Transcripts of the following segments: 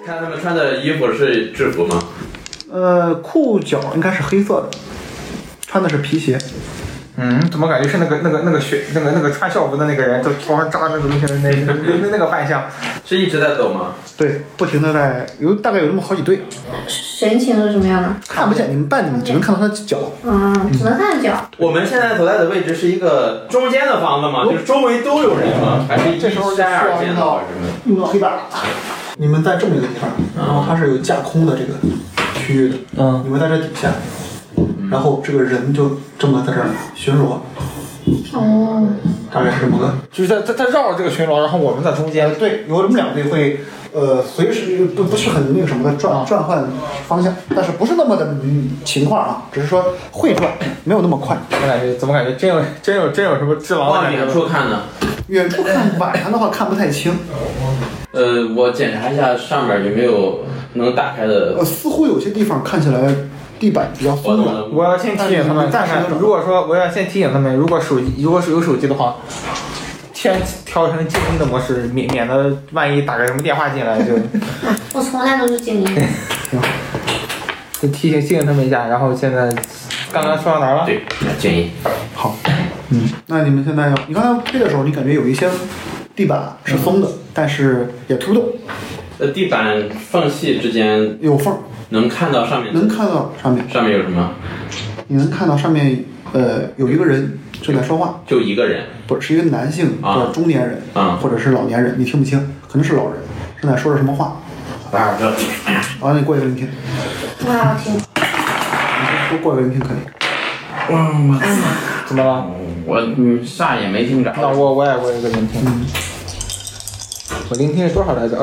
看他们穿的衣服是制服吗？ 裤脚应该是黑色的，穿的是皮鞋。 怎么感觉是那个穿校服的那个人，就头上扎那个东西的那个扮相？ 是一直在走吗？ 对，不停的大概有那么好几队。 神情是什么样的？ 看不见，你们只能看到他的脚。 只能看脚。 我们现在所在的位置是一个中间的房子吗？就是周围都有人吗？还是这时候就需要用到黑板。你们在这么一个地方，然后它是有架空的这个区域的。你们在这底下，然后这个人就这么在这儿巡逻。大概是这么个， 就是在绕着这个巡逻，然后我们在中间。 对，有我们两队会随时不是很那个什么的转换方向，但是不是那么的情况啊，只是说会转，没有那么快。 怎么感觉真有什么智囊？ 往远处看呢？ 远处看晚上的话看不太清。 我检查一下上面有没有能打开的。 似乎有些地方看起来地板比较松软。 我要先提醒他们，如果说我要先提醒他们，如果是有手机的话，先调成静音的模式，免得万一打个什么电话进来就。 我从来都是静音。 就提醒他们一下，然后现在刚刚说到哪儿了？ 对，静音。 好，那你们现在你刚才推的时候，你感觉有一些地板是松的，但是也推不动。 地板缝隙之间有缝。 能看到上面？ 能看到上面。 上面有什么？ 你能看到上面，有一个人正在说话。 就一个人？ 不是，一个男性的中年人，或者是老年人，你听不清，可能是老人，正在说着什么话。好，你过一个聆听。 我要听。 多过一个聆听可以。 怎么了？ 我啥也没听着。 那我也过一个聆听。我聆听是多少来着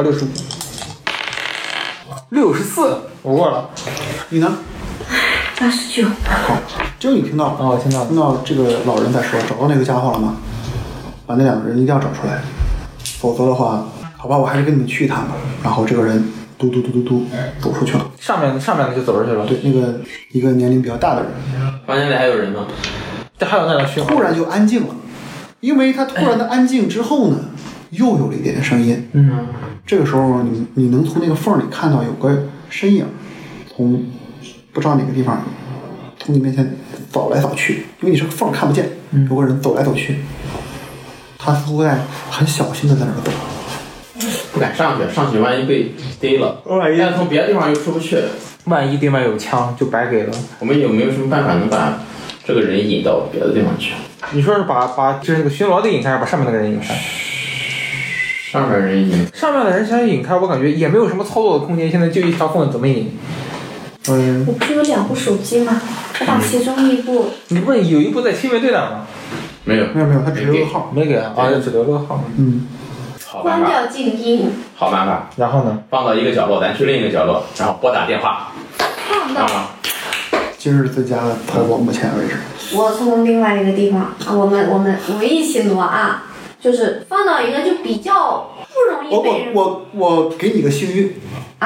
？65。64，我过了。 你呢 ？89。 好，只有你听到。 我听到了。 听到这个老人在说，找到那个家伙了吗？把那两个人一定要找出来，否则的话，好吧，我还是跟你们去一趟吧。然后这个人嘟走出去了。 上面的就走出去了。 对，那个一个年龄比较大的人。 房间里还有人吗？ 这还有那个讯号。 突然就安静了，因为他突然的安静之后呢，又有了一点声音。这个时候你能从那个缝里看到有个身影，从不知道哪个地方从你面前走来走去，因为你是个缝看不见，有个人走来走去，他似乎在很小心的在那儿走。 不敢上去万一被逮了，但从别的地方又出不去， 万一对面有枪就白给了。 我们有没有什么办法能把这个人引到别的地方去？ 你说是把就是那个巡逻的引开，还是把上面那个人引开？ 上面人引， 上面的人想引开，我感觉也没有什么操作的空间。现在就一条缝，怎么引？ 我不是有2部手机吗？我把其中一部。 你不是有一部在亲卫队那吗？ 没有， 他只留个号， 没给啊，只留了个号。 关掉静音。 好办法。 然后呢？ 放到一个角落，咱去另一个角落，然后拨打电话。 放到。 今日最佳的操作，目前为止。 我从另外一个地方，我们一起挪啊。就是放到一个就比较不容易被人。 我给你个幸运。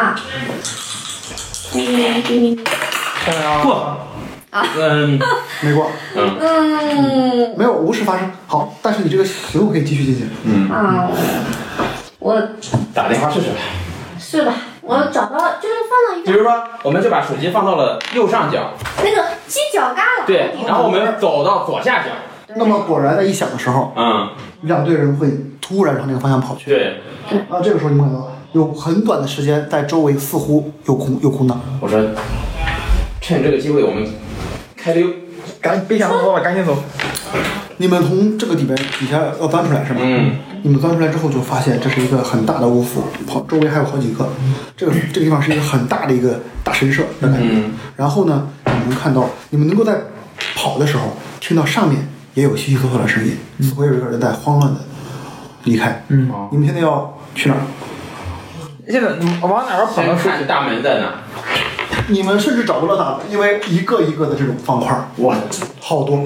过。 没过。没有无事发生。好，但是你这个行动可以继续进行。 我打电话试试吧。 是吧？我找到了，就是放到一个。 比如说，我们就把手机放到了右上角。 那个犄角旮旯。 对，然后我们走到左下角。 那么果然在一响的时候，两队人会突然朝那个方向跑去。 对。 这个时候你们看到有很短的时间在周围似乎有空档。 我说，趁这个机会我们开溜， 别想多了，赶紧走。 你们从这个底下要钻出来是吗？你们钻出来之后就发现这是一个很大的屋府，周围还有好几个。这个地方是一个很大的一个大神社的感觉。然后呢，你们看到，你们能够在跑的时候听到上面也有稀稀嗦嗦的声音，似乎有一个人在慌乱的离开。你们现在要去哪儿？ 现在往哪儿跑呢？ 看大门在哪？ 你们甚至找不到大门，因为一个一个的这种方块，好多。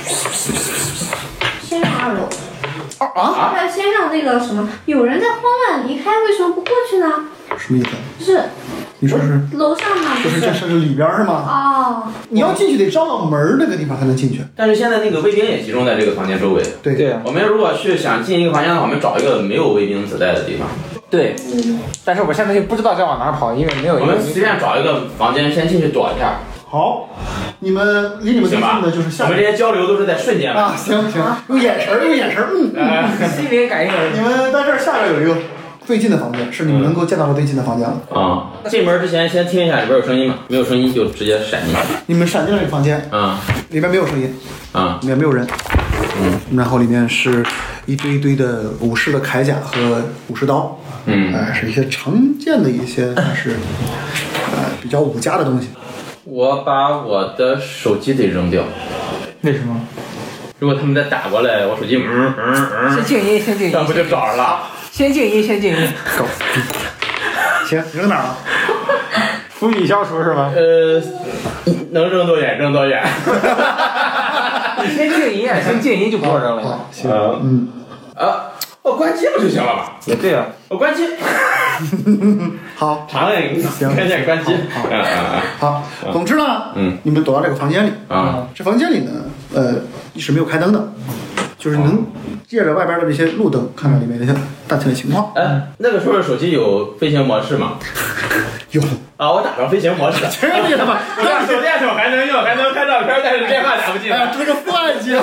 先上2楼。先让那个什么，有人在慌乱离开，为什么不过去呢？ 什么意思？ 就是你说是楼上吗？ 就是这是里边是吗？你要进去得照到门那个地方才能进去。 但是现在那个卫兵也集中在这个房间周围。 对。 我们如果去想进一个房间的话，我们找一个没有卫兵子弹的地方。 对，但是我现在就不知道该往哪儿跑，因为没有。 我们随便找一个房间先进去躲一下。 好，离你们最近的就是下。 我们这些交流都是在瞬间的。 啊，行，用眼神， 心灵感应。 你们在这儿下边有一个最近的房间，是你们能够见到的最近的房间了。 啊，进门之前先听一下里边有声音吗？没有声音就直接闪进去。 你们闪进了这个房间，里边没有声音，里面没有人，然后里面是一堆堆的武士的铠甲和武士刀，是一些常见的一些，但是比较武家的东西。 我把我的手机得扔掉。 为什么？ 如果他们再打过来，我手机先静音， 那不就找着了？ 先静音。 狗屁！行，扔哪儿了？ 伏笔消除是吗？ 能扔多远扔多远。 你先静音就不用扔了。 行， 我关机不就行了吗？ 也对啊， 我关机。 好， 长按看见关机。 好，总之呢，你们躲到这个房间里这房间里呢，是没有开灯的，就是能借着外边的这些路灯看到里面这些大体的情况。 那个时候手机有飞行模式吗？ 有我打上飞行模式。 去你的吧！ 我手电筒还能用，还能拍照片，但是电话打不进。 这是个算计。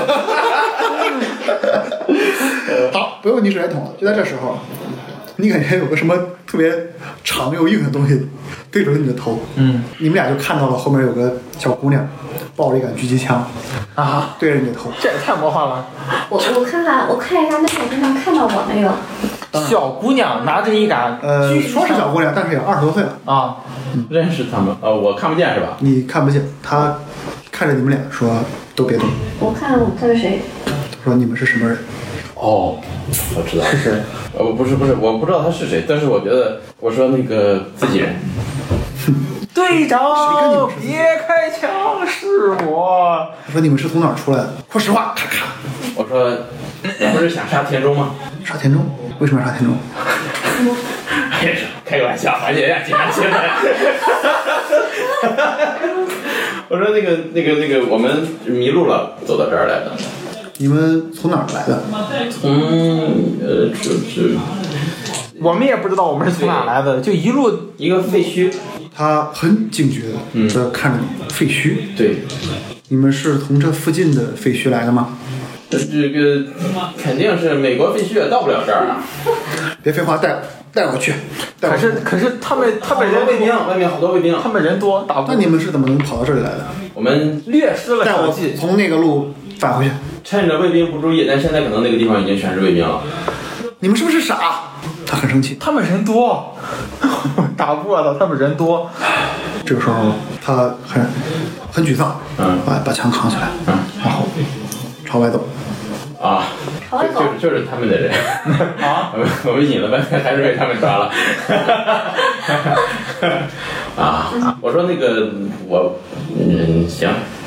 好，不用你手电筒了，就在这时候，你感觉有个什么特别长又硬的东西对准你的头。你们俩就看到了后面有个小姑娘抱着一杆狙击枪对着你的头。 这也太魔幻了。 我看一下那手机上看到我没有。 小姑娘拿着一杆说是小姑娘，但是也20多岁了认识他们我看不见是吧？ 你看不见，她看着你们俩说都别动。 我看他是谁？ 他说你们是什么人？ 我知道是谁？ 不是，我不知道他是谁，但是我觉得我说那个自己人。 队长，别开枪，是我。 他说你们是从哪儿出来的？说实话，咔咔。 我说不是想杀田中吗？ 杀田中？为什么要杀田中？ 开个玩笑，缓解一下紧张气氛。我说那个，我们迷路了，走到这儿来的。 你们从哪儿来的？ 我们也不知道我们是从哪来的，就一路一个废墟。 他很警觉的看着你，废墟。 对， 你们是从这附近的废墟来的吗？ 这个肯定是美国废墟也到不了这儿啊！ 别废话，带我去。 可是他们人卫兵，外面好多卫兵， 他们人多，打不过。 那你们是怎么能跑到这里来的？ 我们略失了小计， 从那个路返回去。 趁着卫兵不注意，但现在可能那个地方已经全是卫兵了。 你们是不是傻？他很生气。 他们人多，打不过他们人多。 这个时候他很沮丧，把枪扛起来，然后朝外走。 就是他们的人我们引了半天还是被他们抓了。我说那个行。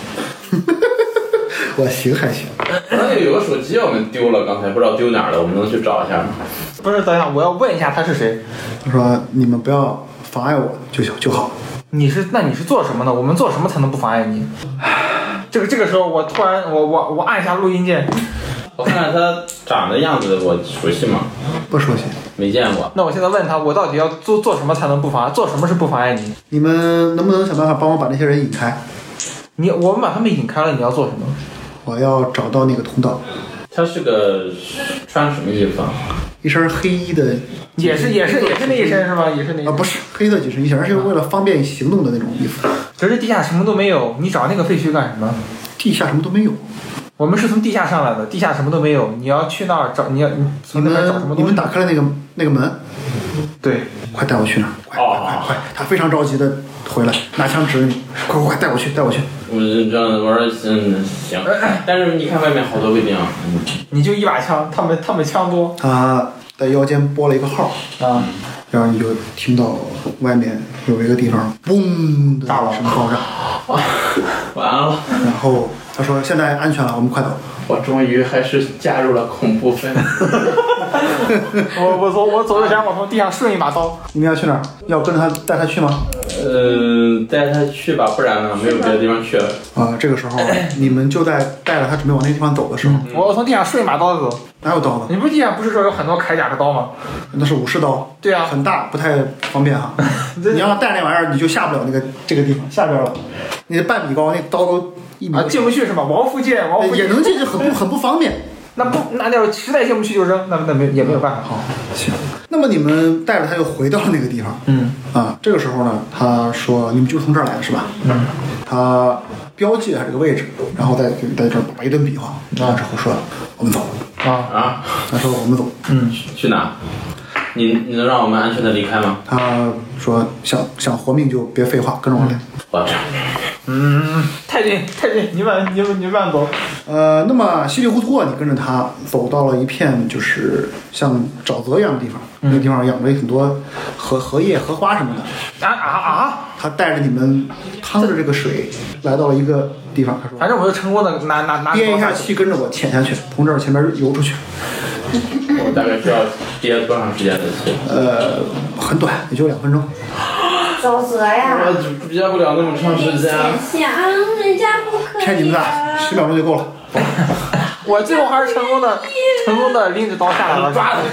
我行还行。 那个有个手机我们丢了，刚才不知道丢哪儿了，我们能去找一下吗？ 不是，等一下，我要问一下他是谁。 他说你们不要妨碍我就好。 那你是做什么呢？我们做什么才能不妨碍你？这个时候我突然我按一下录音键。 我看看他长的样子，我熟悉吗？ 不熟悉， 没见过。 那我现在问他，我到底要做什么才能不妨碍？做什么是不妨碍你？ 你们能不能想办法帮我把那些人引开？ 我们把他们引开了，你要做什么？ 我要找到那个通道。 他是个穿什么衣服？ 一身黑衣的。 也是那一身是吧？也是那一身。 不是黑色紧身衣，而是为了方便行动的那种衣服。 可是地下什么都没有，你找那个废墟干什么？ 地下什么都没有。 我们是从地下上来的，地下什么都没有。你要去那儿找，你从那边找什么东西？ 你们打开了那个门。 对， 快带我去那儿！快！他非常着急的回来，拿枪指着你，快带我去！ 我说行，但是你看外面好多卫兵啊。 你就一把枪，他们枪多。 他在腰间拨了一个号然后你就听到外面有一个地方嘣的一声爆炸。 完了。 然后他说现在安全了，我们快走。 我终于还是加入了恐怖分子。 我走之前我从地上顺一把刀。 你们要去哪儿？要跟着他带他去吗？ 带他去吧，不然呢没有别的地方去了。 这个时候你们就在带着他准备往那个地方走的时候， 我从地上顺一把刀子走。 哪有刀子？ 你不是地上不是说有很多铠甲和刀吗？ 那是武士刀。 对啊， 很大，不太方便哈。你要带那玩意儿，你就下不了这个地方下边了。你半米高，那刀都1米。 进不去是吧？王府剑也能进去，很不方便。 那要实在进不去就扔，那也没有办法。 好，行。那么你们带着他又回到了那个地方。这个时候呢，他说你们就是从这儿来的是吧？他标记了这个位置，然后在这儿把一顿比划，然后之后说我们走。他说我们走。 去哪？你能让我们安全的离开吗？ 他说想活命就别废话，跟着我来。 我太君，你慢走。 那么稀里糊涂你跟着他走到了一片就是像沼泽一样的地方，那个地方养着很多荷叶、荷花什么的。他带着你们趟着这个水来到了一个地方，他说：“ 反正我就成功的拿憋一下气，跟着我潜下去，从这儿前面游出去。” 我大概需要憋多长时间的气？ 很短，也就2分钟。 沼泽呀！ 我憋不了那么长时间。 人家不可以。 骗你们的，10秒钟就够了。 我最后还是成功的拎着刀下来了，抓的。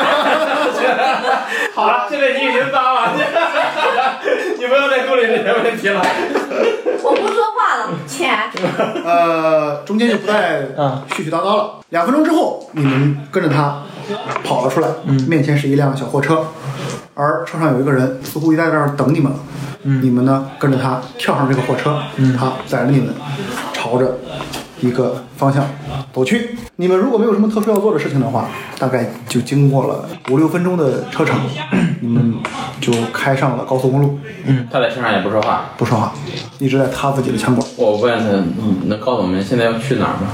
好了，现在你已经抓完了，你不用再顾虑这些问题了。 我不说话了，钱。 中间就不再絮絮叨叨了。2分钟之后，你们跟着他跑了出来，面前是一辆小货车，而车上有一个人，似乎在这儿等你们了。你们呢，跟着他跳上这个货车，他载着你们朝着一个方向走去。你们如果没有什么特殊要做的事情的话，大概就经过了5-6分钟的车程，你们就开上了高速公路。 他在车上也不说话， 一直在擦自己的枪管。 我问他，能告诉我们现在要去哪儿吗？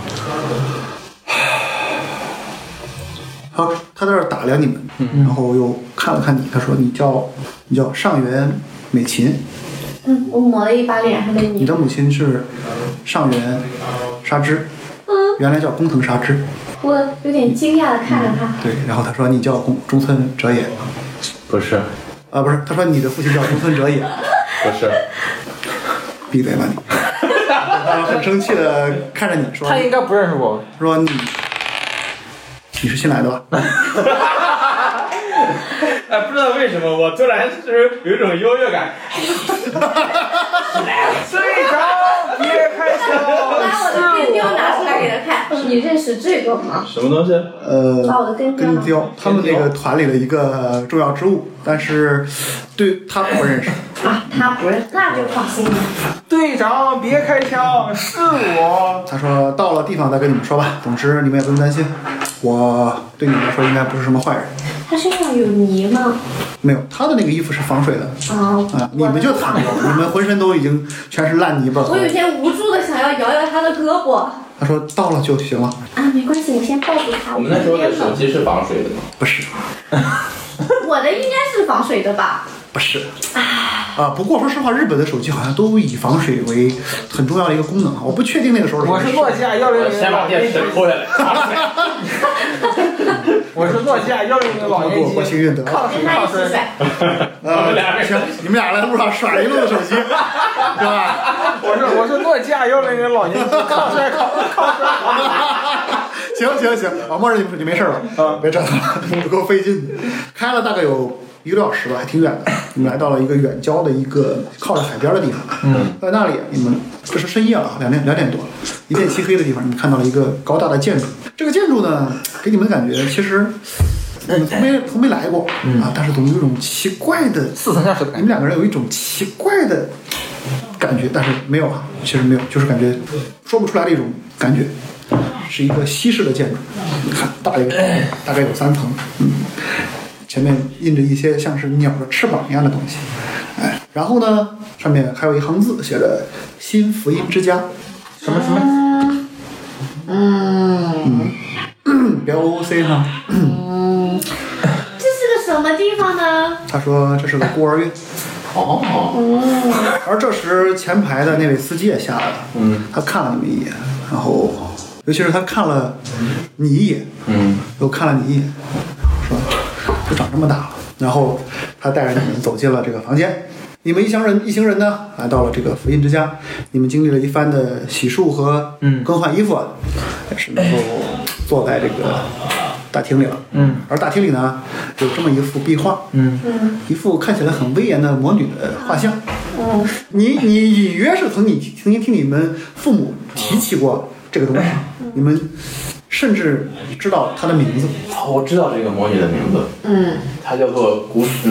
好，他在这儿打量你们，然后又看了看你，他说：“你叫上原美琴。” 我抹了一把脸上的泥。 你的母亲是上原纱织，原来叫工藤纱织。 我有点惊讶的看着他。 对，然后他说：“你叫中村哲也。” 不是。 不是，他说你的父亲叫中村哲也。 不是。 闭嘴吧你！他很生气的看着你说：“ 他应该不认识我。” 说你是新来的吧？ 不知道为什么，我突然是有一种优越感。 队长，别开枪！ 我把我的根雕拿出来给他看，你认识这个吗？ 什么东西？ 把我的根雕，他们那个团里的一个重要职务，但是对他不认识。 他不认识，那就放心了。 队长，别开枪，是我。 他说到了地方再跟你们说吧，总之你们也不用担心，我对你们来说应该不是什么坏人。 他身上有泥吗？ 没有，他的那个衣服是防水的。你们就惨了，你们浑身都已经全是烂泥巴。 我有些无助的想要摇摇他的胳膊。 他说到了就行了。 没关系，你先抱住他。 我们那时候的手机是防水的吗？ 不是。 我的应该是防水的吧？ 不是。不过说实话，日本的手机好像都以防水为很重要的一个功能啊，我不确定那个时候。 我是诺基亚100， 先把电池抠下来。 我是诺基亚100老年机， 幸运得抗水。 行，你们俩在路上甩一路的手机，是吧？ 我是诺基亚100老年机，抗摔。 行，默认你没事了，别整了，不够费劲。开了大概有1个多小时了，还挺远的。你们来到了一个远郊的一个靠着海边的地方。在那里，你们这是深夜了，2点多，一片漆黑的地方，你们看到了一个高大的建筑。这个建筑呢，给你们的感觉其实从没来过但是总有一种奇怪的似曾相识的感觉。 你们2个人有一种奇怪的感觉，但是没有其实没有，就是感觉说不出来的一种感觉。是一个西式的建筑，很大一个，大概有3层。前面印着一些像是鸟的翅膀一样的东西，然后呢，上面还有一行字，写着“新福音之家”，什么？别 OOC 哈。 这是个什么地方呢？ 他说这是个孤儿院。而这时前排的那位司机也下来了，他看了你们一眼，然后尤其是他看了你一眼，又看了你一眼，说就长这么大了。然后他带着你们走进了这个房间， 你们一行人呢，来到了这个福音之家。你们经历了一番的洗漱和更换衣服，也是能够坐在这个大厅里了。而大厅里呢，有这么一幅壁画，一幅看起来很威严的魔女的画像。你隐约是曾经听你们父母提起过这个东西，你们甚至知道她的名字。 我知道这个魔女的名字，她叫做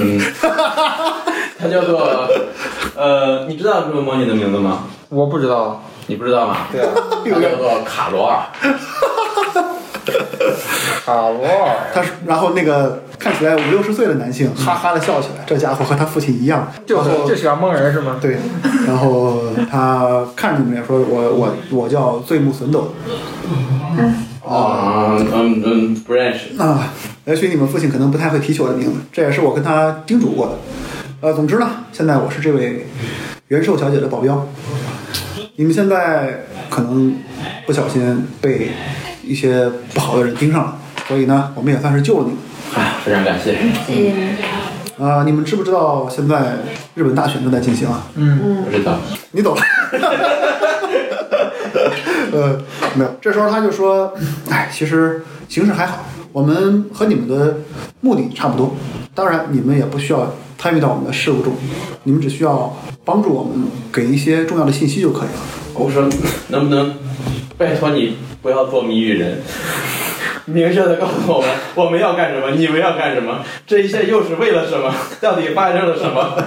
她叫做你知道这个魔女的名字吗？ 我不知道。 你不知道吗？ 对啊， 她叫做卡罗尔。 卡罗尔， 然后那个看起来50-60岁的男性哈哈的笑起来，这家伙和他父亲一样。 这是要蒙人是吗？ 对，然后他看着你们说：“我叫醉木隼斗。” 不认识啊。也许你们父亲可能不太会提起我的名字，这也是我跟他叮嘱过的。总之呢，现在我是这位元寿小姐的保镖。你们现在可能不小心被一些不好的人盯上了，所以呢，我们也算是救了你们。 非常感谢。 你们知不知道现在日本大选正在进行啊？ 不知道。 你懂了。没有。这时候他就说：“其实形势还好，我们和你们的目的差不多。当然，你们也不需要参与到我们的事务中，你们只需要帮助我们给一些重要的信息就可以了。” 我说：“能不能拜托你不要做谜语人？明确的告诉我们要干什么，你们要干什么，这一切又是为了什么？到底发生了什么？”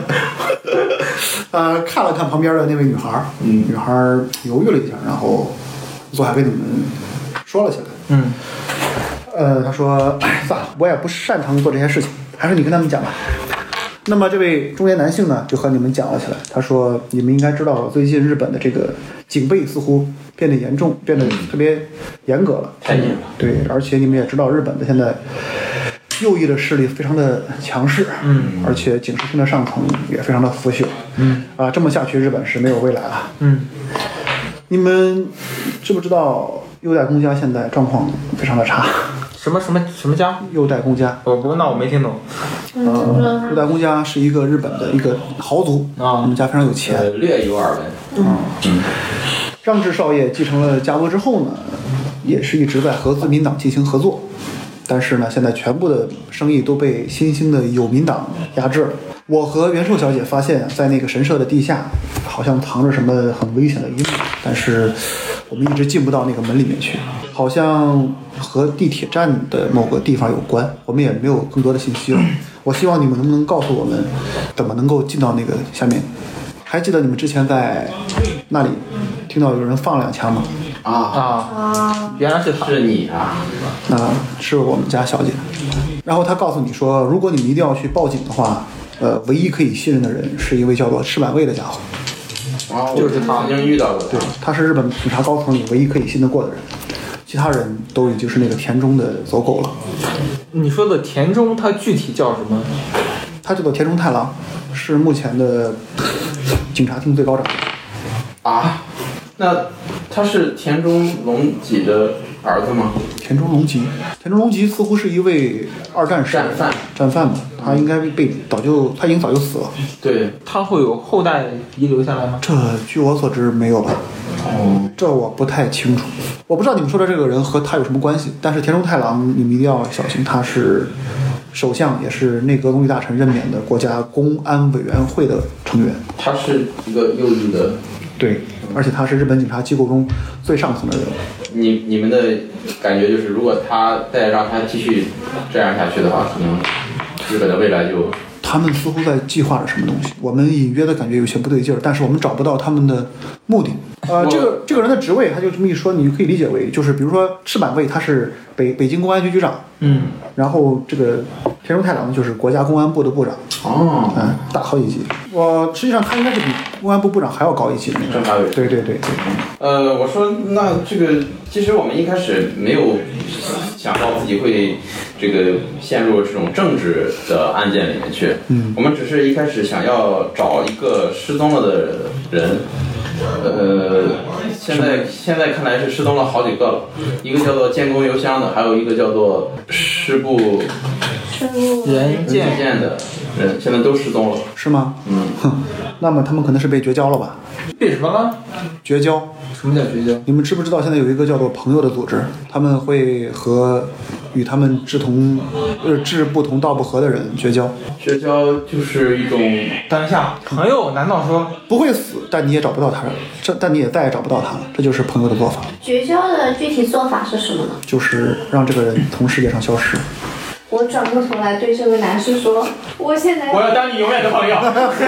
看了看旁边的那位女孩，女孩犹豫了一下，然后坐下跟你们说了起来。他说：“算了，我也不擅长做这些事情，还是你跟他们讲吧。”那么这位中年男性呢，就和你们讲了起来。他说：“你们应该知道，最近日本的这个警备似乎变得严重，变得特别严格了。 太严了。对， 而且你们也知道，日本的现在右翼的势力非常的强势，而且警视厅的上层也非常的腐朽。这么下去，日本是没有未来了。你们知不知道优待公家现在状况非常的差？” 什么家？ 优待公家。 那我没听懂。 优待公家是一个日本的一个豪族，他们家非常有钱。 略有耳闻。 让治少爷继承了家族之后呢，也是一直在和自民党进行合作，但是呢，现在全部的生意都被新兴的有民党压制了。我和元寿小姐发现，在那个神社的地下，好像藏着什么很危险的阴谋，但是我们一直进不到那个门里面去，好像和地铁站的某个地方有关，我们也没有更多的信息了。我希望你们能不能告诉我们，怎么能够进到那个下面？还记得你们之前在那里听到有人放2枪吗？ 原来是他。 是你啊？ 那是我们家小姐。然后他告诉你说，如果你们一定要去报警的话，唯一可以信任的人是一位叫做赤坂卫的家伙。 就是他，曾经遇到过。 对，他是日本警察高层里唯一可以信得过的人，其他人都已经是那个田中的走狗了。 你说的田中，他具体叫什么？ 他叫做田中太郎，是目前的警察厅最高长。 那他是田中隆吉的儿子吗？ 田中隆吉似乎是一位2战时战犯吧，他应该他已经早就死了。 对， 他会有后代遗留下来吗？ 这据我所知没有吧。这我不太清楚，我不知道你们说的这个人和他有什么关系。但是田中太郎，你们一定要小心，他是首相，也是内阁总理大臣任免的国家公安委员会的成员。 他是一个右翼的。 对，而且他是日本警察机构中最上层的人物。 你们的感觉就是，如果他再让他继续这样下去的话，可能日本的未来就…… 他们似乎在计划着什么东西，我们隐约的感觉有些不对劲儿，但是我们找不到他们的目的。这个人的职位，他就这么一说，你就可以理解为，就是比如说赤坂卫他是北京公安局局长，然后这个田中太郎就是国家公安部的部长。大好一级。实际上他应该是比公安部部长还要高一级的那个。 侦查委。 对。 我说那这个，其实我们一开始没有想到自己会这个陷入这种政治的案件里面去。我们只是一开始想要找一个失踪了的人。现在看来是失踪了好几个了，一个叫做建工邮箱的，还有一个叫做师部人见的人现在都失踪了， 是吗？ 嗯， 那么他们可能是被绝交了吧？ 被什么了？ 绝交。 什么叫绝交？ 你们知不知道现在有一个叫做朋友的组织，他们会和与他们志不同道不合的人绝交。 绝交就是一种， 等一下，朋友难道说不会死，但你也找不到他了，但你也再也找不到他了，这就是朋友的做法。 绝交的具体做法是什么呢？ 就是让这个人从世界上消失。 我转过头来对这位男士说：“我现在我要当你永远的朋友。”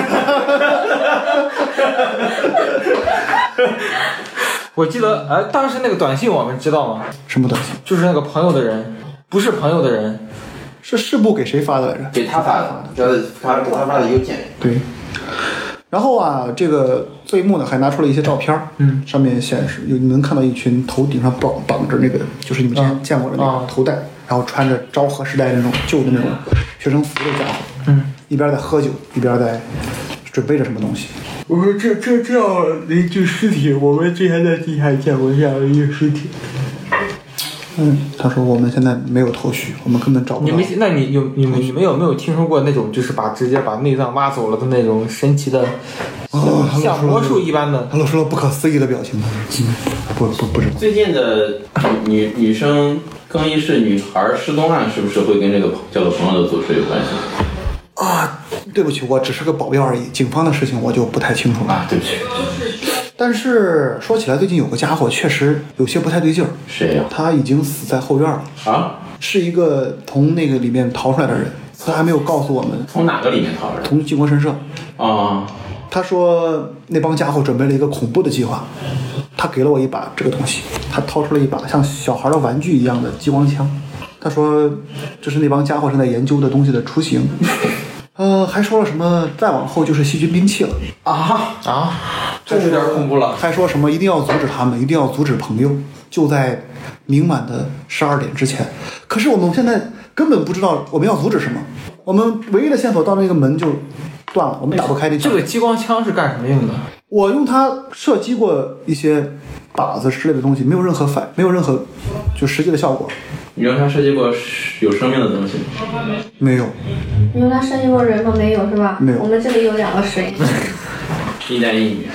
我记得，当时那个短信我们知道吗？ 什么短信？ 就是那个朋友的人，不是朋友的人， 是市部给谁发的来着？ 给他发的，给他发的邮件。 对。然后啊，这个罪幕呢还拿出了一些照片，上面显示你能看到一群头顶上绑着那个，就是你们之前见过的那个头带，然后穿着昭和时代那种旧的那种学生服的家伙，一边在喝酒，一边在准备着什么东西。 我说这样的一具尸体，我们之前在地下见过这样的一个尸体。 他说我们现在没有头绪，我们根本找不到。 你们有没有听说过那种就是直接把内脏挖走了的那种神奇的，像魔术一般的？ 他露出了不可思议的表情。不知道。 最近的女生更衣室女孩失踪案是不是会跟这个叫做朋友的组织有关系？ 啊，对不起，我只是个保镖而已，警方的事情我就不太清楚了。 对不起。 但是说起来，最近有个家伙确实有些不太对劲儿。 谁呀？ 他已经死在后院了。 啊？ 是一个从那个里面逃出来的人，他还没有告诉我们。 从哪个里面逃出来？ 从靖国神社。 啊。 他说那帮家伙准备了一个恐怖的计划，他给了我一把这个东西，他掏出了一把像小孩的玩具一样的激光枪。他说这是那帮家伙正在研究的东西的雏形。还说了什么再往后就是细菌兵器了这有点恐怖了。 还说什么一定要阻止他们，一定要阻止朋友，就在明晚的12点之前。可是我们现在根本不知道我们要阻止什么，我们唯一的线索到那个门就断了，我们打不开那。 这个激光枪是干什么用的？ 我用它射击过一些靶子之类的东西，没有任何就实际的效果。 你用它射击过有生命的东西吗？ 没有。 你用它射击过人吗？没有是吧？ 没有。 我们这里有2个水。 一男一女。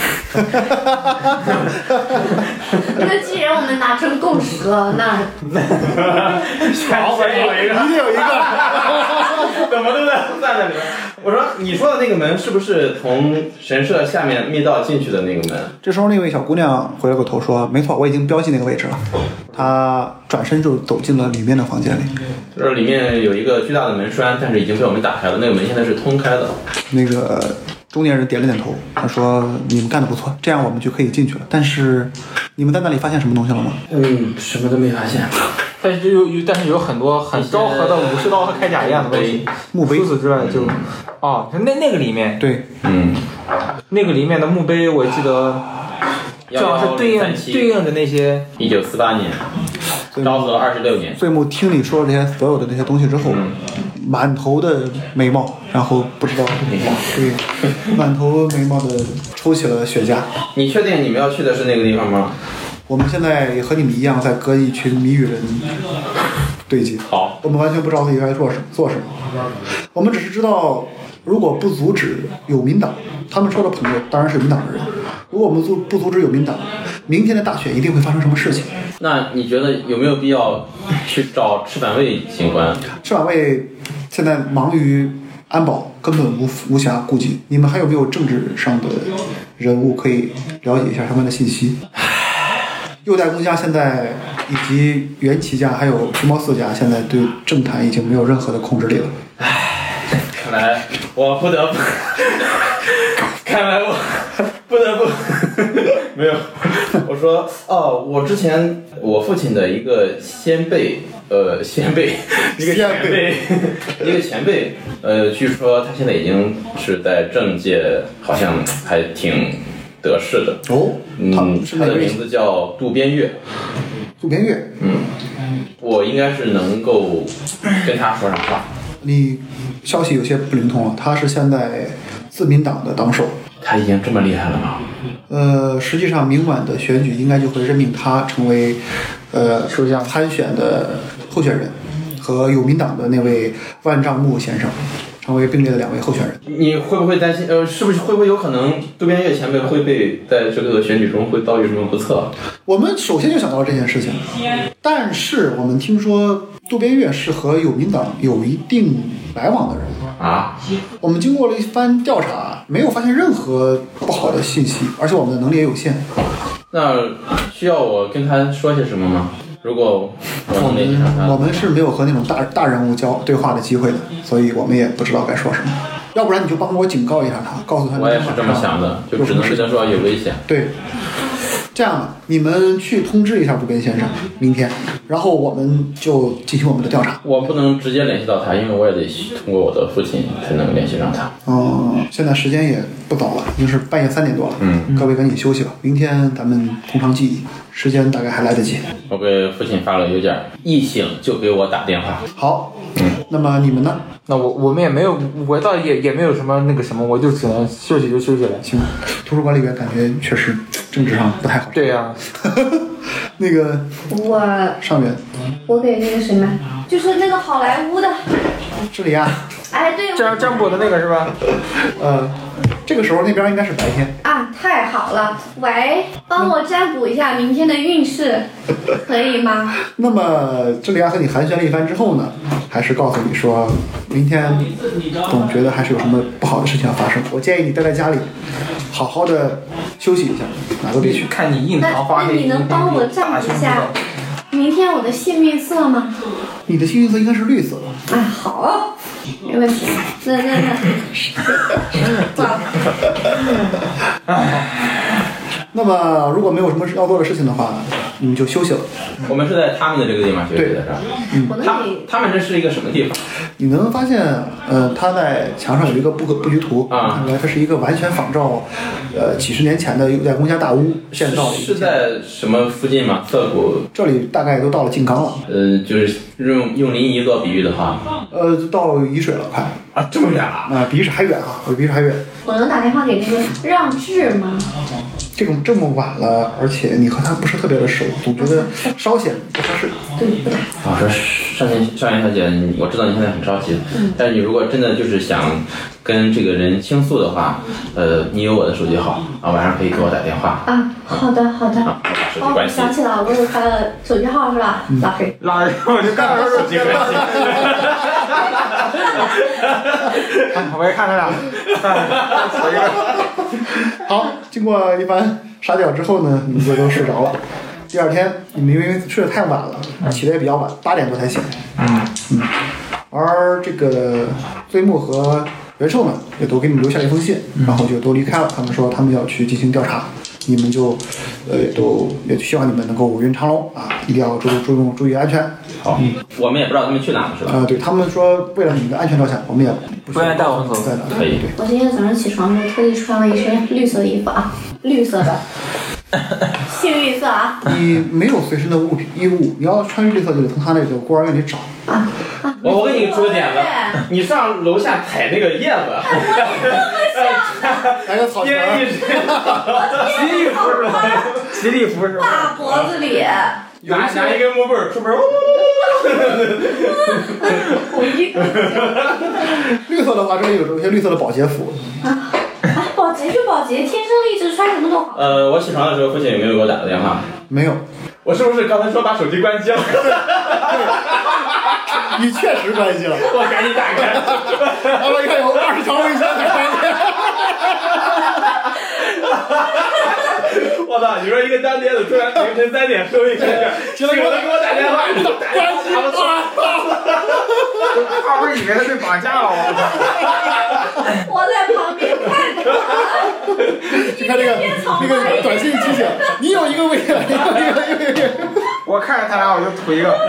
那既然我们达成共识了，那好，我有一个， 一定有一个。 怎么都在那里面？我说你说的那个门是不是从神社下面密道进去的那个门？ 这时候那位小姑娘回了个头说：“没错，我已经标记那个位置了。”她转身就走进了里面的房间里。 就是里面有一个巨大的门栓，但是已经被我们打开了，那个门现在是通开的。 那个中年人点了点头，他说：“你们干得不错，这样我们就可以进去了。但是你们在那里发现什么东西了吗？” 什么都没发现。 但是有很多很昭和的武士刀和铠甲一样的东西。 墓碑。 除此之外就，那个里面， 对， 那个里面的墓碑我记得，正好是对应着那些。 1948年，昭和26年。 岁木听你说这些所有的那些东西之后，满头的眉毛，然后不知道对，满头眉毛的抽起了雪茄。 你确定你们要去的是那个地方吗？ 我们现在也和你们一样，在和一群谜语人对接。 好， 我们完全不知道自己该做什么。我们只是知道，如果不阻止有民党，他们说的朋友当然是有民党的人。如果我们不阻止有民党，明天的大选一定会发生什么事情。 那你觉得有没有必要去找赤坂卫警官？ 赤坂卫现在忙于安保，根本无暇顾及。你们还有没有政治上的人物可以了解一下他们的信息？右代公家现在以及元齐家还有皮毛四家现在对政坛已经没有任何的控制力了。 看来我不得不，看来我不得不没有。我说我之前我父亲的一个先辈，一个前辈，据说他现在已经是在政界，好像还挺得势的。他的名字叫渡边月。 渡边月， 我应该是能够跟他说上话。 你消息有些不灵通了，他是现在自民党的党首。 他已经这么厉害了吗？ 实际上明晚的选举应该就会任命他成为首相参选的候选人， 和有民党的那位万丈木先生成为并列的2位候选人。 你会不会担心？是不是会不会有可能渡边岳前辈会被在这个选举中会遭遇什么不测？ 我们首先就想到了这件事情，但是我们听说渡边岳是和有民党有一定来往的人啊。 我们经过了一番调查，没有发现任何不好的信息，而且我们的能力也有限。 那需要我跟他说些什么吗？如果我们是没有和那种大人物对话的机会的，所以我们也不知道该说什么。要不然你就帮我警告一下他，告诉他。 我也是这么想的，就只能跟他说有危险。 对，这样吧，你们去通知一下渡边先生，明天，然后我们就进行我们的调查。 我不能直接联系到他，因为我也得通过我的父亲才能联系上他。 现在时间也不早了，已经是半夜3点多了。各位赶紧休息吧，明天咱们同场记忆，时间大概还来得及。 我给父亲发了邮件，一醒就给我打电话。 好，那么你们呢？ 那我们也没有，我倒也没有什么那个什么，我就只能休息就休息了。 行，图书管理员感觉确实政治上不太好。 对呀、 那个上元， 我给那个谁们，就是那个好莱坞的智利亚。 哎，对， 占卜的那个是吧？ 这个时候那边应该是白天啊，太好了！喂，帮我占卜一下明天的运势，可以吗？ 那么智利亚和你寒暄了一番之后呢，还是告诉你说，明天总觉得还是有什么不好的事情要发生。我建议你待在家里，好好的休息一下，哪都别去。 看你印堂发黑。 那你能帮我占卜一下明天我的幸运色吗？ 你的幸运色应该是绿色。 哎，好，没问题。那，挂了。 那么如果没有什么要做的事情的话，你们就休息了。 我们是在他们的这个地方学习的是吧？他们这是一个什么地方？ 你能发现，他在墙上有一个布局图啊，看来它是一个完全仿照，几十年前的在公家大屋建造的。 是在什么附近吗？涩谷？ 这里大概都到了静冈了。 就是用临沂做比喻的话， 到沂水了，快啊，这么远啊？ 比沂水还远啊，比沂水还远。 我能打电话给那个让智吗？ 这么晚了，而且你和他不是特别的熟，总觉得稍显不合适。 对，不打。 说少年小姐，我知道你现在很着急，但是你如果真的就是想跟这个人倾诉的话，你有我的手机号啊，晚上可以给我打电话。 啊，好的。 我把手机关机。 想起了，我给我发了手机号是吧？ 拉黑，我就看到手机关机。我也看着了。 好，经过一番傻屌之后呢，你们就都睡着了。第二天，你们因为睡得太晚了，起得也比较晚，8点多才醒。而这个醉木和袁寿呢，也都给你们留下了一封信，然后就都离开了。他们说他们要去进行调查，你们就也希望你们能够五运长龙啊，一定要注意安全。 好，我们也不知道他们去哪了，是吧？ 对他们说，为了你们的安全着想，我们也不愿意带我们走。 可以。 我今天早上起床的时候特地穿了一身绿色的衣服啊，绿色的。幸运色啊！ 你没有随身的衣物，你要穿绿色就得从他那个孤儿院里找。 我给你出个点子，你上楼下采那个叶子， 来个草绳， 吉利服是吧？ 挂脖子里， 拿一根木棍出门。 绿色的话，这里有一些绿色的保洁服。 保洁，天生丽质，穿什么都好。 我起床的时候，父亲有没有给我打过电话？ 没有。 我是不是刚才说把手机关机了？ 你确实关机了。 我赶紧打开。 我看有20条微信才关机。 我操！你说一个当爹的突然凌晨3点收一个，醒了给我打电话， 关机了。 他不是以为他被绑架了？ 我在旁边看着。 就看那个短信提醒，你有一个微信， 我看着他俩我就图一个。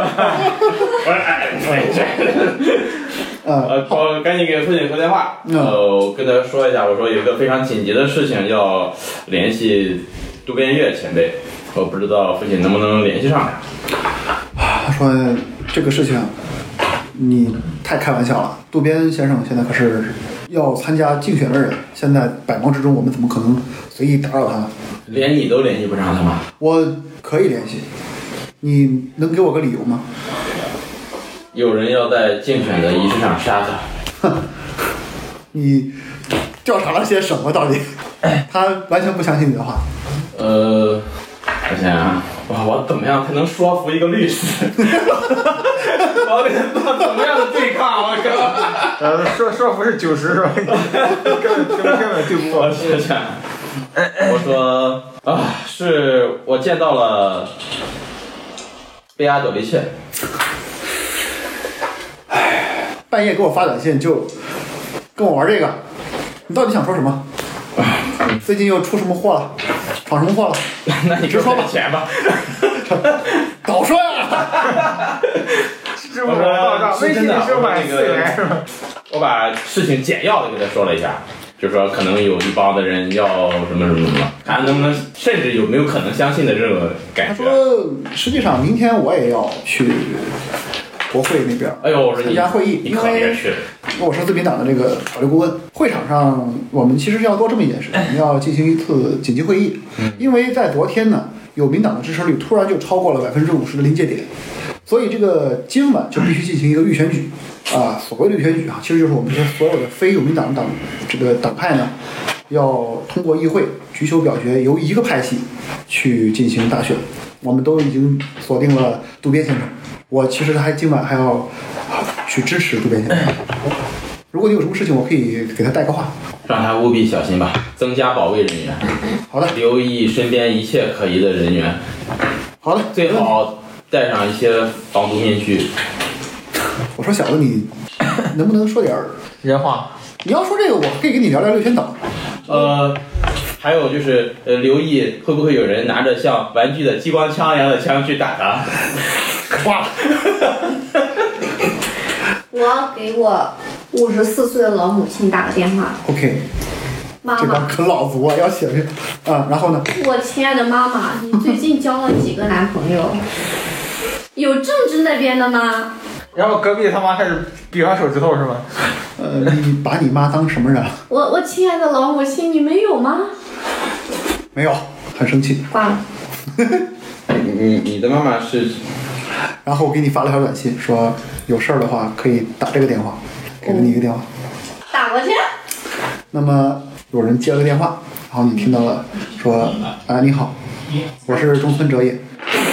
我赶紧给父亲回电话，我跟他说一下，我说有一个非常紧急的事情要联系渡边岳前辈，我不知道父亲能不能联系上他。 他说这个事情你太开玩笑了，渡边先生现在可是要参加竞选的人，现在百忙之中，我们怎么可能随意打扰他呢？ 连你都联系不上他吗？ 我可以联系，你能给我个理由吗？ 有人要在竞选的仪式上杀他。 你调查了些什么？到底？他完全不相信你的话。 我想想，我怎么样才能说服一个律师？我得做怎么样的对抗？我靠！ 说服是90是吧？根本对不过。 我说是我见到了贝阿朵丽切。 半夜给我发短信就跟我玩这个，你到底想说什么？最近又出什么货了？闯什么祸了？ 那你直说吧，钱吧。 早说呀！ 支付宝到账，微信收买4元是吧？ 我把事情简要的给他说了一下，就说可能有一帮的人要什么什么什么，看能不能，甚至有没有可能相信的这种感觉。 他说，实际上明天我也要去国会那边， 哎呦，我说参加会议， 你可别去。 我是自民党的这个法律顾问。会场上，我们其实是要做这么一件事情，我们要进行一次紧急会议。因为在昨天呢，有民党的支持率突然就超过了50%的临界点，所以这个今晚就必须进行一个预选举。所谓的预选举其实就是我们这所有的非有民党这个党派呢，要通过议会举手表决，由一个派系去进行大选。我们都已经锁定了渡边先生，我其实今晚还要去支持渡边先生。如果你有什么事情，我可以给他带个话， 让他务必小心吧，增加保卫人员。 好的， 留意身边一切可疑的人员。 好的， 最好戴上一些防毒面具。 我说小子，你能不能说点人话？ 你要说这个，我可以跟你聊聊六千岛。 还有就是留意会不会有人拿着像玩具的激光枪一样的枪去打他。 哇！ 我要给我54岁的老母亲打个电话。 OK， 妈这帮妈， 啃老族要写然后呢？ 我亲爱的妈妈，你最近交了几个男朋友？有政治那边的吗？ 然后隔壁他妈开始比划手指头是吗？ 你把你妈当什么人？ 我亲爱的老母亲，你没有吗？ 没有，很生气。 挂了。 你的妈妈是？ 然后我给你发了条短信，说有事儿的话可以打这个电话，给了你一个电话。 打过去。 那么有人接了个电话，然后你听到了，说你好，我是中村哲也。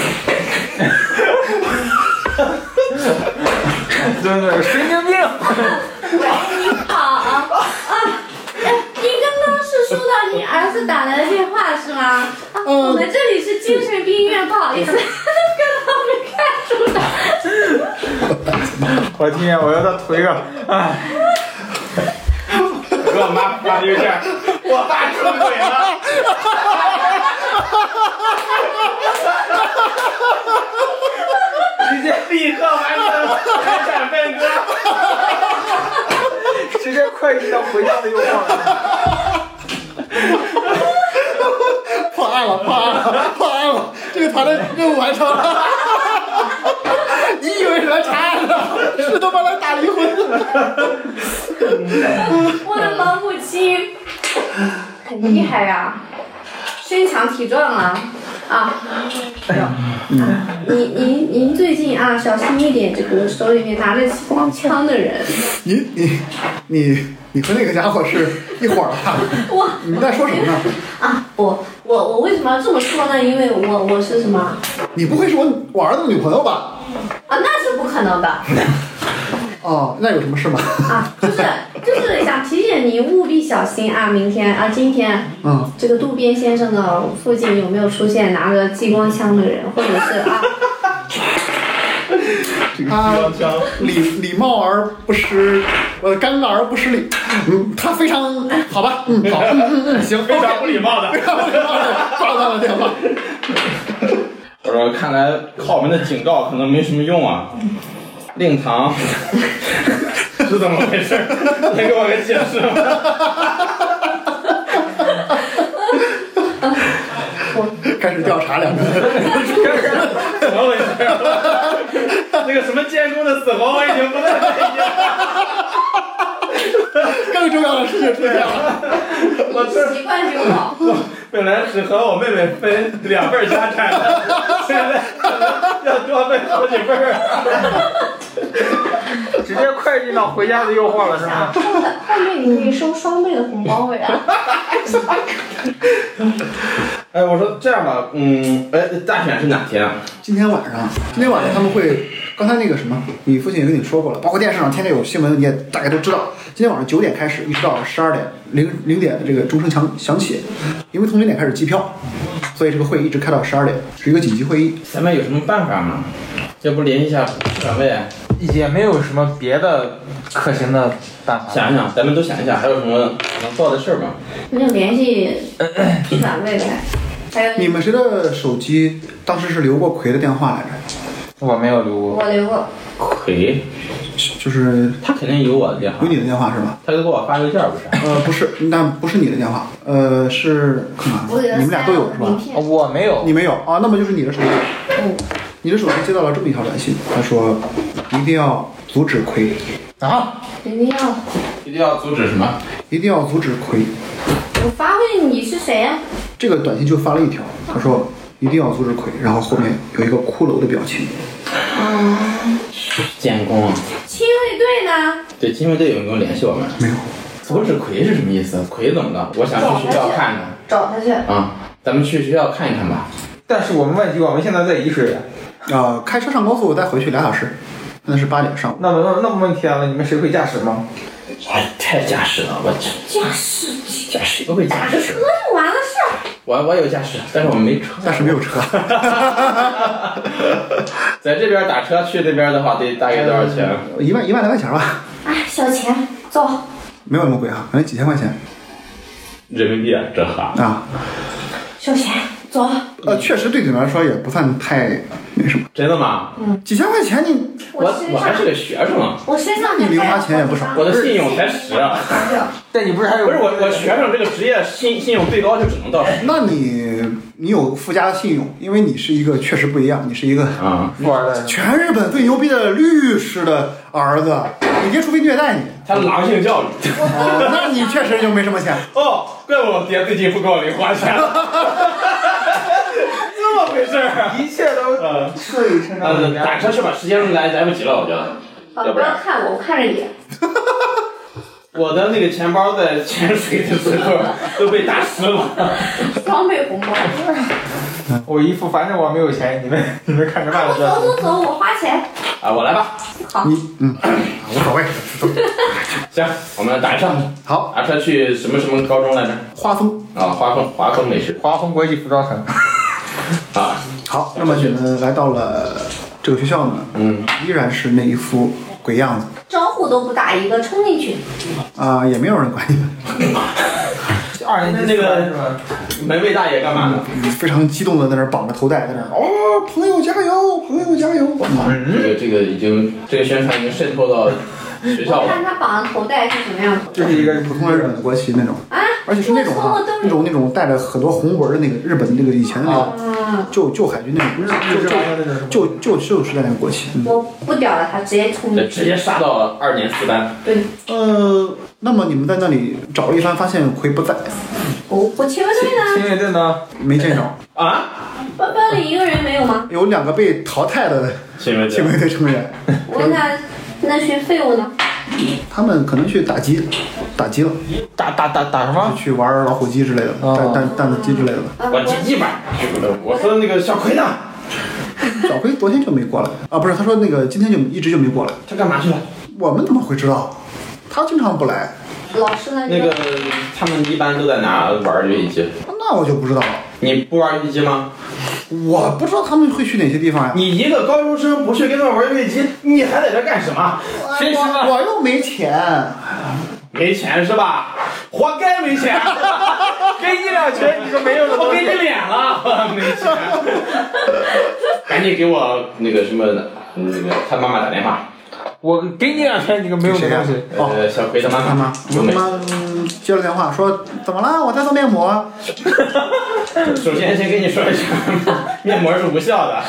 真的神经病！ 喂，你好你刚刚是收到你儿子打来的电话是吗？我们这里是精神病院，不好意思，刚刚没看出来。 我天，我要再涂一个， 给我妈发邮件，我爸出轨了。直接立刻完成财产分割， 直接快递到回家的邮箱。 破案了！这个团队任务完成了。你以为是来查案的，是他妈来打离婚的。 我的老母亲很厉害呀，身强体壮啊！您最近小心一点，这个手里面拿着激光枪的人。 你和那个家伙是一伙儿的。你在说什么呢？ 我为什么要这么说呢？因为我是什么？ 你不会是我儿子的女朋友吧？ 那是不可能的。 那有什么事吗？ 就是想提醒您务必小心明天今天这个渡边先生的附近有没有出现拿着激光枪的人，或者是礼貌而不失，尴尬而不失礼。他非常好吧？好，行， 非常不礼貌的， 挂断了电话。 我说，看来靠我们的警告可能没什么用啊。令堂是怎么回事？能给我个解释吗？ 开始调查两个人， 怎么回事？那个什么监工的死活我已经不再在意了。 更重要的事情出现了。 习惯就好。 本来是和我妹妹分2份家产的，现在可能要多分好几份。 直接快进到回家的诱惑了是吗？ 后面你可以收双倍的红包呀。 哎，我说这样吧，大选是哪天啊？ 今天晚上他们会，刚才那个什么，你父亲也跟你说过了，包括电视上天天有新闻，你也大概都知道。今天晚上9点开始，一直到12点0点的这个钟声响起，因为从0点开始计票，所以这个会议一直开到12点，是一个紧急会议。 咱们有什么办法吗？要不联系一下两位？ 也没有什么别的可行的办法。 想想，咱们都想一想，还有什么能做的事儿吗？ 那就联系市长位呗。还有你们谁的手机当时是留过奎的电话来着？ 我没有留过。 我留过。 奎， 就是他肯定有我的电话。 有你的电话是吧？ 他就给我发邮件不是？ 不是，那不是你的电话，是看看，你们俩都有是吧？ 我没有。 你没有啊？那么就是你的手机。你的手机接到了这么一条短信，他说一定要阻止奎啊！ 一定要阻止什么？ 一定要阻止奎。 我发问你是谁呀？ 这个短信就发了一条，他说一定要阻止奎，然后后面有一个骷髅的表情。 监工啊！ 亲卫队呢？ 对，亲卫队有没有联系我们？ 没有。 阻止奎是什么意思？奎怎么了？我想去学校看看。 找他去。 咱们去学校看一看吧。 但是我们现在在沂水。 开车上高速再回去2小时，那是8点上午。 那么问题来了，你们谁会驾驶吗？ 太驾驶了，我驾驶不会驾驶。 打个车就完了事。 我有驾驶，但是我们没车。 但是没有车。 在这边打车去那边的话，得大概多少钱 ？1万来块钱吧。 哎，小钱，走。 没有那么贵啊，可能几千块钱。 人民币啊，这哈。 小钱。走。 确实对你们来说也不算太那什么。 真的吗？ 几千块钱你我还是个学生啊。 我身上你零花钱也不少。 我的信用才10。 但你不是还有？ 不是我学生这个职业信用最高就只能到10。 那你有附加的信用，因为你是一个确实不一样，你是一个富二代， 全日本最牛逼的律师的儿子，你爹除非虐待你。 他狼性教育。 那你确实就没什么钱。 怪不得我爹最近不给我零花钱。这么回事儿， 一切都顺理成章。 打车去吧，时间来不及了，我觉得。 好，不要看我看着你。 我的那个钱包在潜水的时候都被打湿了。 双倍红包。 我一副反正我没有钱，你们看着办了。 走，我花钱。 我来吧。 好。 无所谓。 行，我们打车。 好， 打车去什么高中来着？ 花枫。 华丰美食。 华丰国际服装城。 好，那么你们来到了这个学校呢，依然是那一副鬼样子， 招呼都不打一个，冲进去。 也没有人管你们。 2年级那个门卫大爷干嘛呢？ 非常激动的在那儿绑着头带，在那儿朋友加油，朋友加油。 这个已经这个宣传已经渗透到学校了。 我看他绑的头带是什么样的？ 这是一个普通的日本的国旗那种，而且是那种那种带着很多红纹的那个日本那个以前的那种旧海军那种，就是在那个国旗。 我不屌了他，直接冲进去， 直接杀到2年4班。 对。 那么你们在那里找了一番，发现奎不在。 我亲卫队呢？ 亲卫队呢？ 没见着。 班里一个人没有吗？ 有2个被淘汰的亲卫队成员。 我问他，那群废物呢？ 他们可能去打击了。打什么？ 去玩老虎机之类的，弹子机之类的。 我1把。我说那个小奎呢？ 小奎昨天就没过来不是，他说那个今天就一直就没过来。 他干嘛去了？ 我们怎么会知道？他经常不来。 老师呢？ 那个他们一般都在哪玩游戏机？ 那我就不知道了。 你不玩游戏机吗？ 我不知道他们会去哪些地方呀。 你一个高中生不去跟他们玩游戏机，你还在这干什么？ 我又没钱。 没钱是吧？活该没钱。 给你2钱，你说没有的， 我给你脸了，没钱。赶紧给我那个什么他妈妈打电话。 我给你2钱，你个没有的东西。 小奎的妈妈。 我妈接了电话说怎么了？我在做面膜。 首先跟你说一下，面膜是无效的。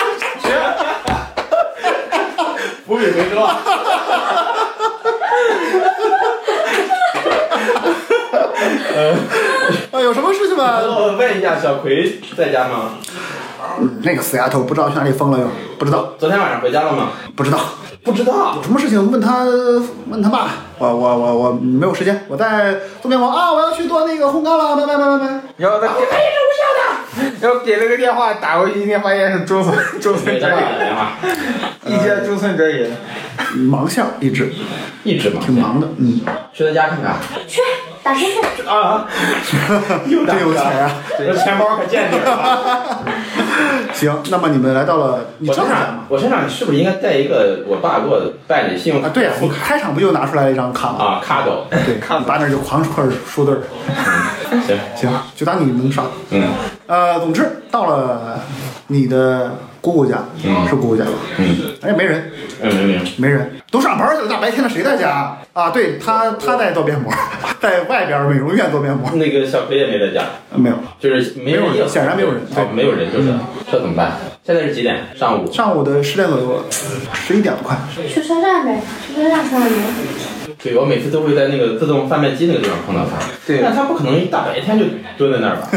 伏笔回收啊！ 问一下，小葵在家吗？ 那个死丫头不知道去哪里疯了又，不知道。 昨天晚上回家了吗？ 不知道。 不知道。 有什么事情问他爸。我没有时间，我在做面包啊，我要去做那个烘干了，拜。 然后他这无效的，然后给了个电话打过去，一天发现是周村哲也，一接周村哲也， 忙线一直忙， 挺忙的， 去他家看看。 去打针去啊！又真有钱啊！ 这钱包可见底了。 行，那么你们来到了你丈夫家吗？ 我身上是不是应该带一个我爸给我办的信用卡？ 对呀，你开场不就拿出来了一张卡吗？ 啊，卡都。 对，卡把那儿就狂块数字儿。行，就当你能刷。总之到了你的姑姑家，是姑姑家吧？哎，没人。没人，都上班去了，大白天的谁在家啊？对他在做面膜，在外边美容院做面膜。 那个小葵也没在家。 没有， 就是没有人， 显然没有人。 对，没有人就是，这怎么办？现在是几点？上午的10点左右，11点了快。 去车站呗，去车站上油。 对，我每次都会在那个自动贩卖机那个地方碰到他。对，但他不可能一大白天就蹲在那儿吧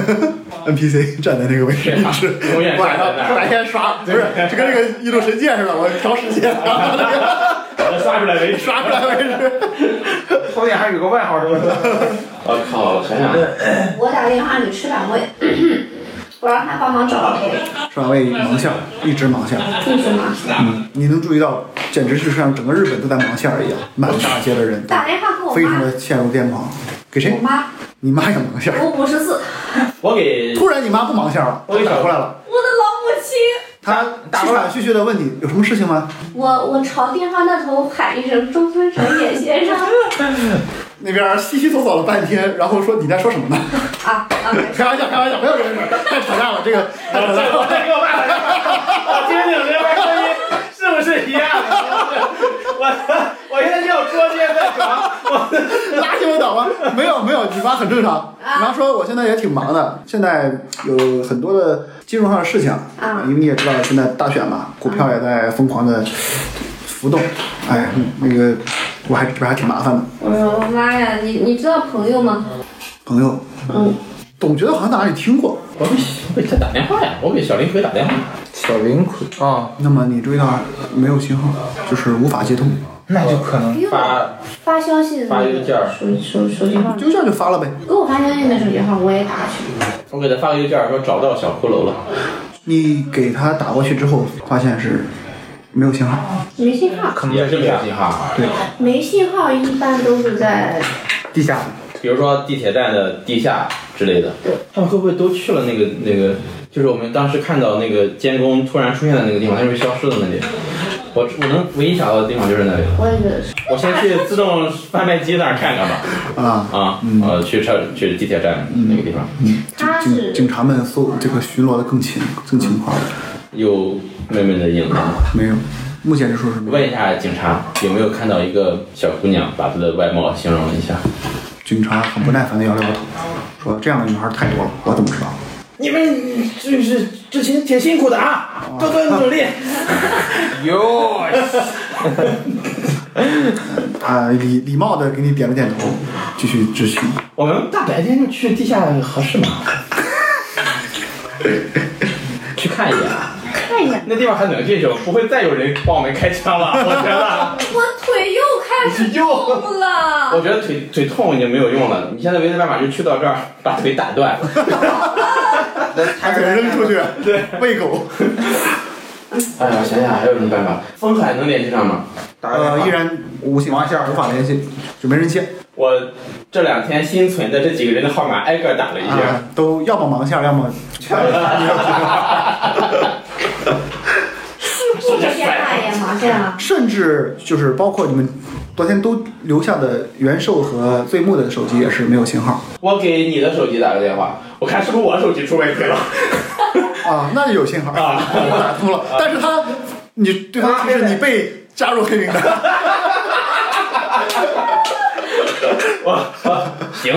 ？NPC 站在那个位置， 永远站在那儿。 白天刷，不是，就跟那个异度神剑似的，我调时间， 刷出来为止， 刷出来为止。 后面还有个外号是吧？ 我靠，想想。 我打电话，你吃两位。我让他帮忙找上位忙线，一直忙线。你能注意到，简直是像整个日本都在忙线一样，满大街的人打电话给我妈， 非常的陷入癫狂。给谁？ 我妈。 你妈也忙线。 我54。 我给。 突然你妈不忙线了，我给打过来了。 我的老母亲。 她气喘吁吁的问你有什么事情吗？ 我朝电话那头喊一声中村哲也先生。 那边稀稀嗦嗦了半天，然后说你在说什么呢？开玩笑，没有这个事儿，太扯淡了，这个。 我再给我爸打电话，我听听这边声音是不是一样的？我现在就要捉奸在床， 拉起我倒吧？没有，你妈很正常。你妈说我现在也挺忙的，现在有很多的金融上的事情因为你也知道现在大选嘛，股票也在疯狂的浮动，哎，那个我这边还挺麻烦的。 我说妈呀，你知道朋友吗？ 朋友，总觉得好像在哪里听过。 我给他打电话呀，我给小林奎打电话。 小林奎啊， 那么你注意到没有信号，就是无法接通。 那就可能发消息的发邮件， 手机号， 邮件就发了呗。 给我发消息的手机号我也打去。 我给他发个邮件说找到小骷髅了。 你给他打过去之后，发现是没有信号。 没信号。 可能也是没有信号。 对。 没信号一般都是在地下， 比如说地铁站的地下之类的。 对。 他们会不会都去了那个？就是我们当时看到那个监工突然出现在那个地方，他是消失的那里。我能唯一想到的地方就是那里。 我也觉得是。 我先去自动贩卖机那儿看看吧。去地铁站那个地方。 警察们这个巡逻的更勤快。 有妹妹的影子吗？ 没有，目前就说是没有。 问一下警察有没有看到一个小姑娘，把她的外貌形容了一下。 警察很不耐烦的摇了摇头，说这样的女孩太多了，我怎么知道？ 你们就是之前挺辛苦的啊，多多努力。 哟。 礼貌的给你点了点头，继续执行。 我们大白天就去地下合适吗？去看一眼。 看一眼。 那地方还能进去，不会再有人帮我们开枪了，我觉得。 我腿又开始痛了。 我觉得腿痛已经没有用了，你现在唯一的办法就去到这儿把腿打断。 把腿扔出去，对，喂狗。 哎呀，想想还有什么办法？风海能联系上吗？ 依然无法联系，就没人接。 我这2天新存的这几个人的号码挨个打了一下， 都要么忙线，要么。 不接电话也忙线了。 甚至就是包括你们昨天都留下的元寿和醉木的手机也是没有信号。 我给你的手机打个电话，我看是不是我手机出问题了。 那就有信号我打通了，但是对方提示你被加入黑名单。 行。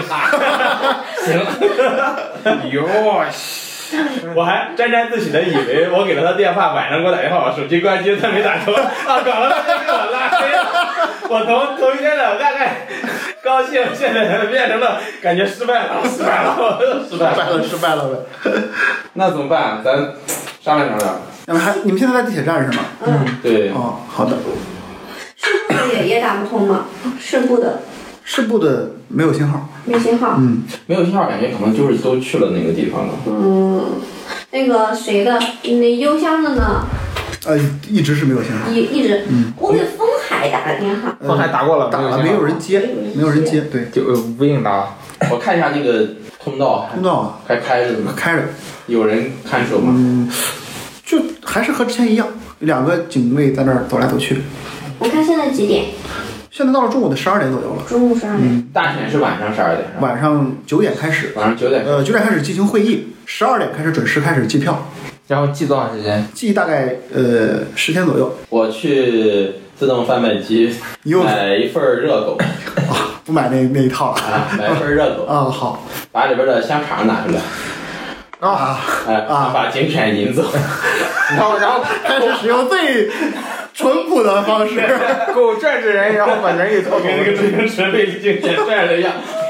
哟。 我还沾沾自喜的以为我给了他电话，晚上给我打电话，我手机关机，他没打通搞了半天给我拉黑了。我从头一天的大概高兴，现在变成了感觉失败了。 失败了呗。 那怎么办？咱商量商量。 那么你们现在在地铁站是吗？ 对。 哦，好的。 市部的也打不通吗？市部的没有信号。 没信号。 没有信号，感觉可能就是都去了那个地方了。 那个谁的，那邮箱的呢？ 一直是没有信号。 一直。我给风海打个电话。 风海打过了， 打了没有人接，对， 就无应答。 我看一下那个通道还开着呢。 开着。 有人看守吗？ 就还是和之前一样，2个警卫在那儿走来走去。 我看现在几点？ 现在到了中午的12点左右了。 中午12点。 大选是晚上12点。 晚上9点开始。 晚上9点。 9点开始进行会议，12点开始准时开始计票。 然后计多长时间？ 计大概10天左右。 我去自动贩卖机买一份热狗。 不买那一套了。 买一份热狗。 好。 把里边的香肠拿出来。把警犬引走。 然后开始使用最淳朴的方式， 狗拽着人，然后把人给拖走， 跟那个警犬被警犬拽着一样。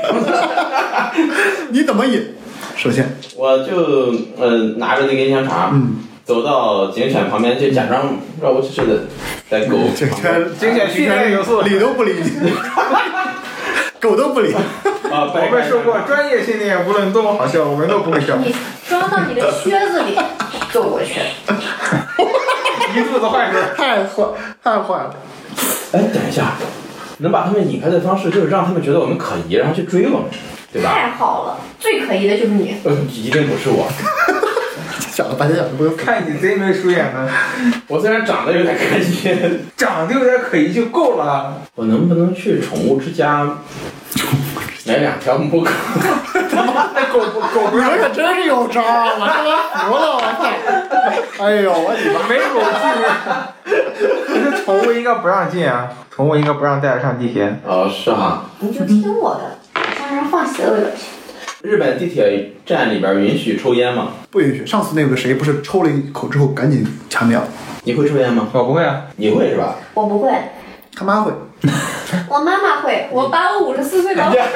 你怎么引？首先， 我就拿着那根香肠，走到警犬旁边，就假装若无其事的在狗。 警犬训练有素， 理都不理你，狗都不理。 我们受过专业训练，无论多么好笑，我们都不会笑。 你装到你的靴子里，走过去。 一肚子坏事， 太坏了。 哎，等一下，能把他们引开的方式就是让他们觉得我们可疑，然后去追我们，对吧？ 太好了，最可疑的就是你。 一定不是我。 想了半天，不用看你贼眉鼠眼的。 我虽然长得有点可疑， 长得有点可疑就够了。 我能不能去宠物之家买2条母狗？ 那狗不让， 可真是有招，我他妈服了，我操！哎呦，我的妈！ 没狗进，这宠物应该不让进啊，宠物应该不让带着上地铁。 是哈。 你就听我的，让人放邪恶就行。 日本地铁站里边允许抽烟吗？ 不允许。上次那个谁不是抽了一口之后赶紧掐灭了？ 你会抽烟吗？ 我不会啊。 你会是吧？ 我不会。 他妈会。 我妈妈会，我把我54岁的。 我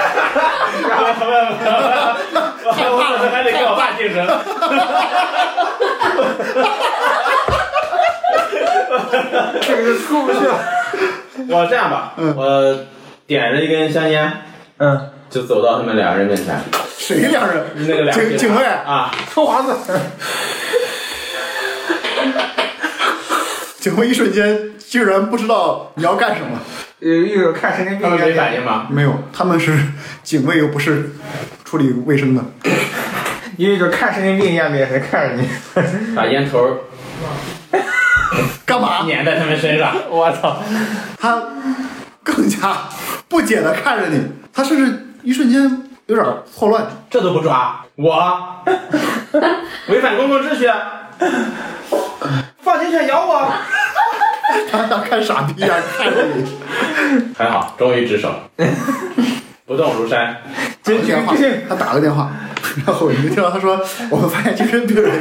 还得给我爸竞争。 这个就出不去了。 我这样吧，我点着一根香烟，就走到他们2人面前。 谁2人？ 那个2 警卫啊， 臭华子。 警卫一瞬间居然不知道你要干什么。 一会儿看神经病。 他们没反应吗？ 没有，他们是警卫，又不是处理卫生的。 一种看神经病一样的眼神看着你， 把烟头干嘛？ 粘在他们身上。我操！ 他更加不解的看着你，他甚至一瞬间有点错乱。 这都不抓我，违反公共秩序，放警犬咬我。 他看傻逼一样看着你。 还好，终于止手，不动如山。 他打个电话，然后你就听到他说：“我们发现精神病人。”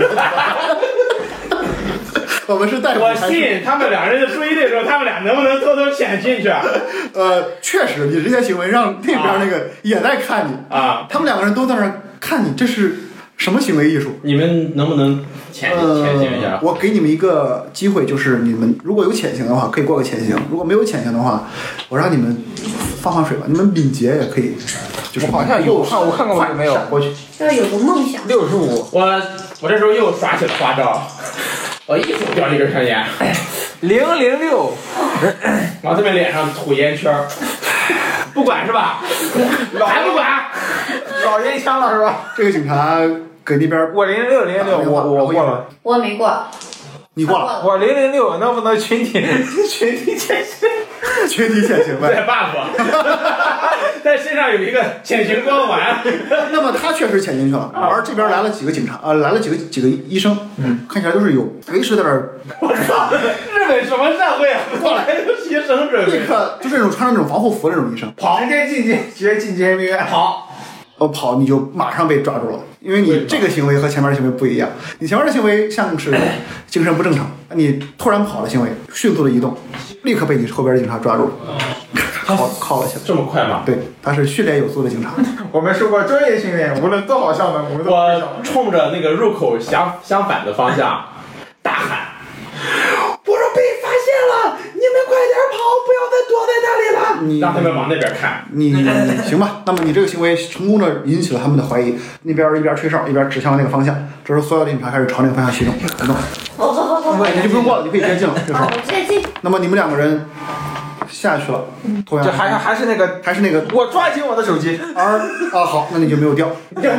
我们是带我信他们2人的追的时候，他们俩能不能偷偷潜进去？ 确实，你这些行为让那边那个也在看你啊。 他们2个人都在那儿看你，这是什么行为艺术？ 你们能不能潜行一下？ 我给你们一个机会，就是你们如果有潜行的话，可以过个潜行；如果没有潜行的话，我让你们放水吧。你们敏捷也可以，就是我好像有看，我看过没有？ 过去。 要有个梦想。 65。 我这时候又耍起了花招。我一手叼了一根香烟 ，006， 往他们脸上吐烟圈，不管是吧？还不管？ 老烟枪了是吧？ 这个警察给那边我006，我过了， 我没过。 你过了。 我006，能不能群体潜行？ 群体潜行呗。 带 buff， 在身上有一个潜行光环。 那么他确实潜进去了，而这边来了几个警察，来了几个医生，看起来都是有随时在这儿。 我操！日本什么社会啊？过来有牺牲准备。 立刻就是那种穿着那种防护服的那种医生， 跑，直接进精神病院跑。 跑你就马上被抓住了，因为你这个行为和前面的行为不一样。你前面的行为像是精神不正常，你突然跑的行为，迅速的移动，立刻被你后边的警察抓住了。 铐了起来。 这么快吗？ 对，他是训练有素的警察。 我们受过专业训练，无论多好笑的，我们都我冲着那个入口相反的方向大喊：“我说被发现了，你们快点跑，不要再躲在那里了！”让他们往那边看。 你行吧？那么你这个行为成功的引起了他们的怀疑，那边一边吹哨一边指向那个方向。这时候所有的警察开始朝那个方向行动。你就不用过了，你可以直接进了。这时候， 我直接进。 那么你们2个人下去了，同样就还是那个，我抓紧我的手机。 好，那你就没有掉。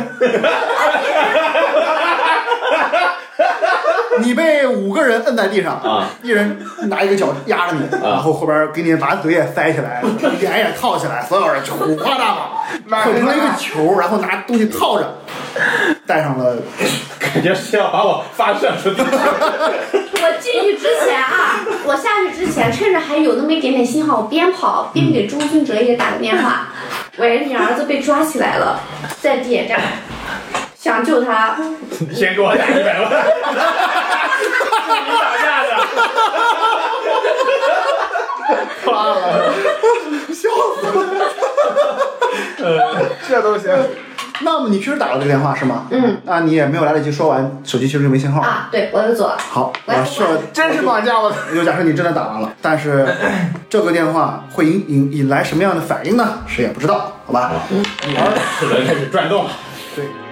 你被5个人摁在地上一人拿一个脚压着你，然后后边给你把嘴也塞起来，脸也套起来，所有人五花大绑，捆成了一个球，然后拿东西套着，带上了， 感觉是要把我发射出去。 我进去之前我下去之前，趁着还有那么一点点信号，我边跑边给周俊哲也打个电话，喂，你儿子被抓起来了，在地铁站。想救他， 先给我打100万，你打架的， 夸了， 笑死了， 这都行。 那么你确实打了这个电话是吗？你也没有来得及说完，手机其实就没信号对，我就走了。 好， 真是绑架我。 就假设你真的打完了，但是这个电话会引来什么样的反应呢？谁也不知道，好吧？ 齿轮开始转动了。 对。